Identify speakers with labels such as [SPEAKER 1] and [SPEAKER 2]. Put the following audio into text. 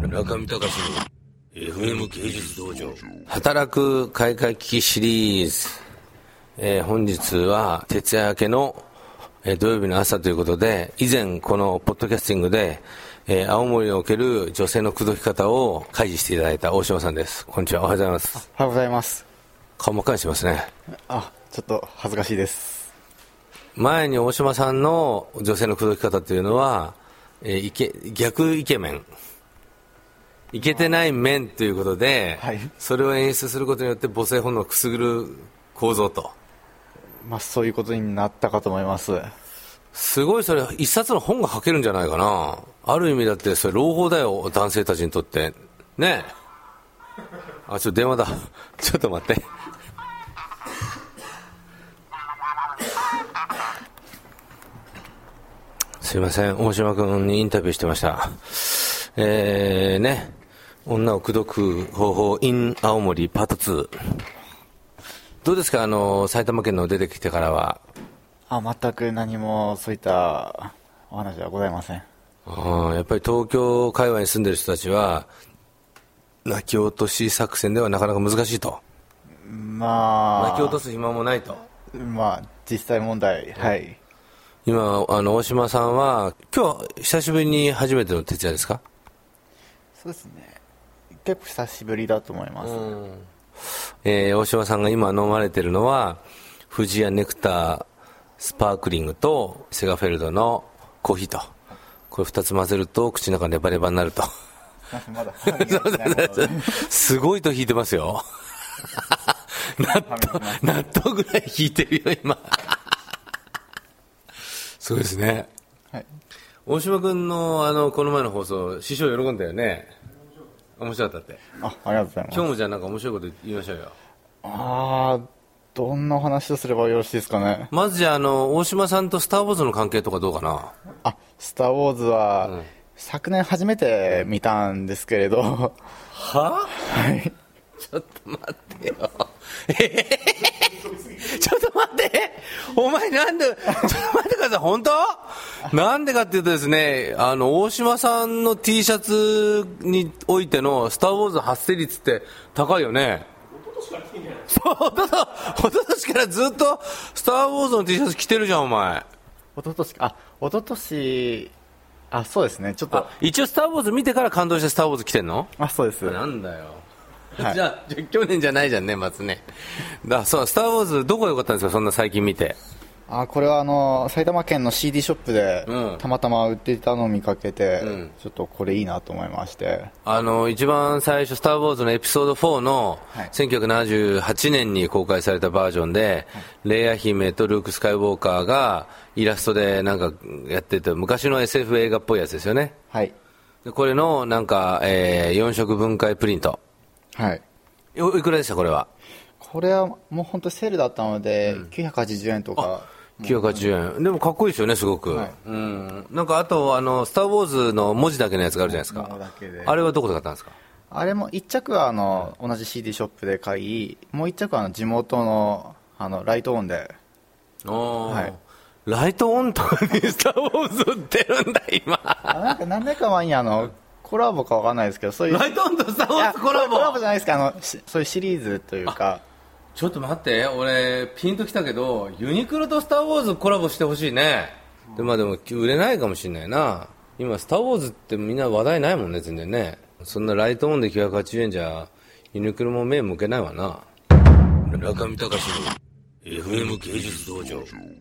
[SPEAKER 1] 中見隆の FM 芸術道場。働く開会危機シリーズ、本日は徹夜明けの、土曜日の朝ということで、以前このポッドキャスティングで、青森における女性の口説き方を開示していただいた大島さんです。こんにちは。おはようございます。
[SPEAKER 2] おはようございます。
[SPEAKER 1] 顔真っ赤にしてますね。
[SPEAKER 2] ちょっと恥ずかしいです。
[SPEAKER 1] 前に大島さんの女性の口説き方というのは、逆イケメン、イケてない面ということで、はい、それを演出することによって母性本能をくすぐる構造と、
[SPEAKER 2] そういうことになったかと思います。
[SPEAKER 1] すごい。それ一冊の本が書けるんじゃないかな。ある意味だってそれ朗報だよ、男性たちにとってね。ちょっと電話だ。ちょっと待って。すいません、大島君にインタビューしてました。女を口説く方法 in 青森パート2。どうですか、埼玉県の出てきてからは。
[SPEAKER 2] 全く何もそういったお話はございません。
[SPEAKER 1] やっぱり東京界隈に住んでる人たちは泣き落とし作戦ではなかなか難しいと。泣き落とす暇もないと。
[SPEAKER 2] 実際問題、はい。
[SPEAKER 1] 今大島さんは今日久しぶりに初めての徹夜ですか？
[SPEAKER 2] そうですね、結構久しぶりだと思います。
[SPEAKER 1] 大島さんが今飲まれているのは富士屋ネクタースパークリングとセガフェルドのコーヒーと、これ2つ混ぜると口の中ネバネバになると。
[SPEAKER 2] まだ
[SPEAKER 1] すごいと引いてますよ。納豆ぐらい引いてるよ今。そうですね、
[SPEAKER 2] はい。
[SPEAKER 1] 大島君のこの前の放送、師匠喜んだよね。面白かったって。
[SPEAKER 2] ありがとうございます。
[SPEAKER 1] 今日もじゃあなんか面白いこと言いましょうよ。
[SPEAKER 2] どんな話をすればよろしいですかね。
[SPEAKER 1] まずじゃあ大島さんとスター・ウォーズの関係とかどうかな。
[SPEAKER 2] スター・ウォーズは、昨年初めて見たんですけれど。
[SPEAKER 1] はい。ちょっと待ってよ。ちょっと待って。お前なんで、ちょっと待ってください。本当？なんでかっていうとですね、大島さんの T シャツにおいてのスター・ウォーズ発生率って高いよね。そう、おととしからずっとスター・ウォーズの T シャツ着てるじゃん、お前。
[SPEAKER 2] おととし、そうですね、ちょっと。
[SPEAKER 1] 一応スター・ウォーズ見てから感動してスター・ウォーズ着てんの？
[SPEAKER 2] そうです。
[SPEAKER 1] なんだよ。はい、じゃあ去年じゃないじゃんね、まずね。そう、スター・ウォーズどこが良かったんですか、そんな最近見て。
[SPEAKER 2] これは埼玉県の CD ショップで、たまたま売っていたのを見かけて、ちょっとこれいいなと思いまして。
[SPEAKER 1] 一番最初スター・ウォーズのエピソード4の、1978年に公開されたバージョンで、レイヤ姫とルーク・スカイウォーカーがイラストでなんかやってて、昔の SF 映画っぽいやつですよね。
[SPEAKER 2] はい。
[SPEAKER 1] でこれのなんか、4色分解プリント。
[SPEAKER 2] はい。
[SPEAKER 1] いくらでしたこれは？
[SPEAKER 2] これはもう本当にセールだったので、980円とか。
[SPEAKER 1] 980円。でもかっこいいですよね、すごく。はい、なんかあとスター・ウォーズの文字だけのやつがあるじゃないですか。あれはどこで買ったんですか？あ
[SPEAKER 2] れも1着は同じ CD ショップで買い、もう1着は地元のライトオンで。
[SPEAKER 1] はい、ライトオンとかにスター・ウォーズ売ってるんだ今。
[SPEAKER 2] 何年か前にコラボかわかんないですけど、そういう。
[SPEAKER 1] ライトオンとスター・ウォーズコラボ。
[SPEAKER 2] コラボじゃないですか、そういうシリーズというか。
[SPEAKER 1] ちょっと待って、俺ピンときたけど、ユニクロとスター・ウォーズコラボしてほしいね。でも売れないかもしれないな。今スター・ウォーズってみんな話題ないもんね、全然ね。そんなライトオンで980円じゃユニクロも目向けないわな。中見隆の FM 芸術道場。